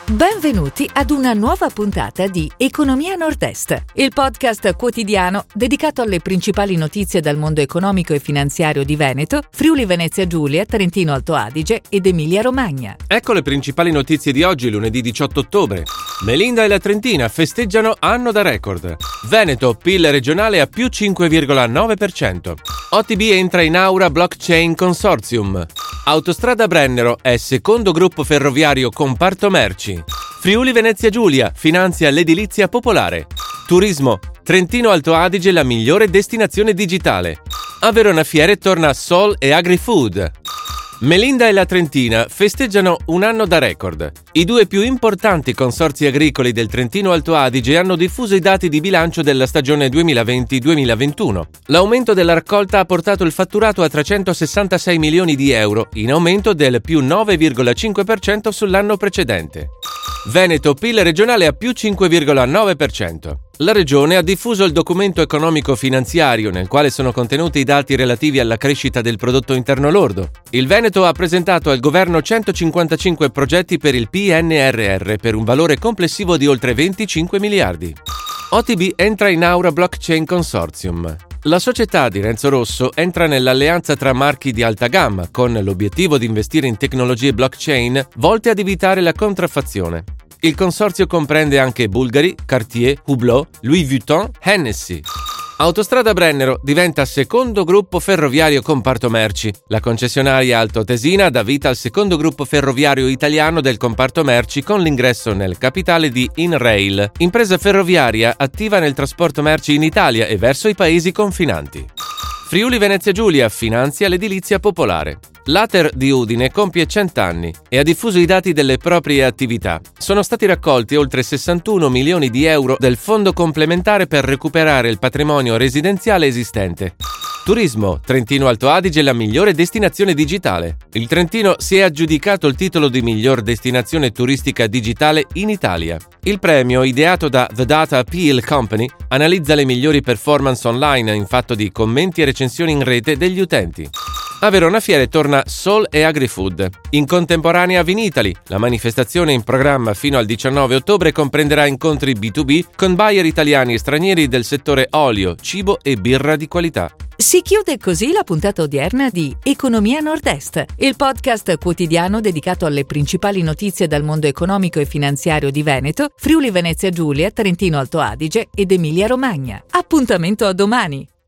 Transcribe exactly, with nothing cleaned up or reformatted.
Benvenuti ad una nuova puntata di Economia Nord-Est, il podcast quotidiano dedicato alle principali notizie dal mondo economico e finanziario di Veneto, Friuli Venezia Giulia, Trentino Alto Adige ed Emilia Romagna. Ecco le principali notizie di oggi, lunedì diciotto ottobre. Melinda e la Trentina festeggiano anno da record. Veneto, P I L regionale a più cinque virgola nove per cento. O T B entra in Aura Blockchain Consortium. Autostrada Brennero è secondo gruppo ferroviario comparto merci. Friuli Venezia Giulia finanzia l'edilizia popolare. Turismo, Trentino Alto Adige la migliore destinazione digitale. A Verona Fiere torna Sol e AgriFood. Melinda e la Trentina festeggiano un anno da record. I due più importanti consorzi agricoli del Trentino Alto Adige hanno diffuso i dati di bilancio della stagione duemilaventi duemilaventuno. L'aumento della raccolta ha portato il fatturato a trecentosessantasei milioni di euro, in aumento del più nove virgola cinque per cento sull'anno precedente. Veneto, P I L regionale a più cinque virgola nove per cento. La Regione ha diffuso il documento economico-finanziario nel quale sono contenuti i dati relativi alla crescita del prodotto interno lordo. Il Veneto ha presentato al governo centocinquantacinque progetti per il P N R R per un valore complessivo di oltre venticinque miliardi. O T B entra in Aura Blockchain Consortium. La società di Renzo Rosso entra nell'alleanza tra marchi di alta gamma con l'obiettivo di investire in tecnologie blockchain volte ad evitare la contraffazione. Il consorzio comprende anche Bulgari, Cartier, Hublot, Louis Vuitton, Hennessy. Autostrada Brennero diventa secondo gruppo ferroviario comparto merci. La concessionaria altoatesina dà vita al secondo gruppo ferroviario italiano del comparto merci con l'ingresso nel capitale di InRail, impresa ferroviaria attiva nel trasporto merci in Italia e verso i paesi confinanti. Friuli Venezia Giulia finanzia l'edilizia popolare. L'Ater di Udine compie cento anni e ha diffuso i dati delle proprie attività. Sono stati raccolti oltre sessantuno milioni di euro del fondo complementare per recuperare il patrimonio residenziale esistente. Turismo, Trentino Alto Adige la migliore destinazione digitale. Il Trentino si è aggiudicato il titolo di miglior destinazione turistica digitale in Italia. Il premio, ideato da The Data Appeal Company, analizza le migliori performance online in fatto di commenti e recensioni in rete degli utenti. A Verona Fiere torna Sol e AgriFood. In contemporanea Vinitaly, la manifestazione in programma fino al diciannove ottobre comprenderà incontri B due B con buyer italiani e stranieri del settore olio, cibo e birra di qualità. Si chiude così la puntata odierna di Economia Nord-Est, il podcast quotidiano dedicato alle principali notizie dal mondo economico e finanziario di Veneto, Friuli Venezia Giulia, Trentino Alto Adige ed Emilia Romagna. Appuntamento a domani!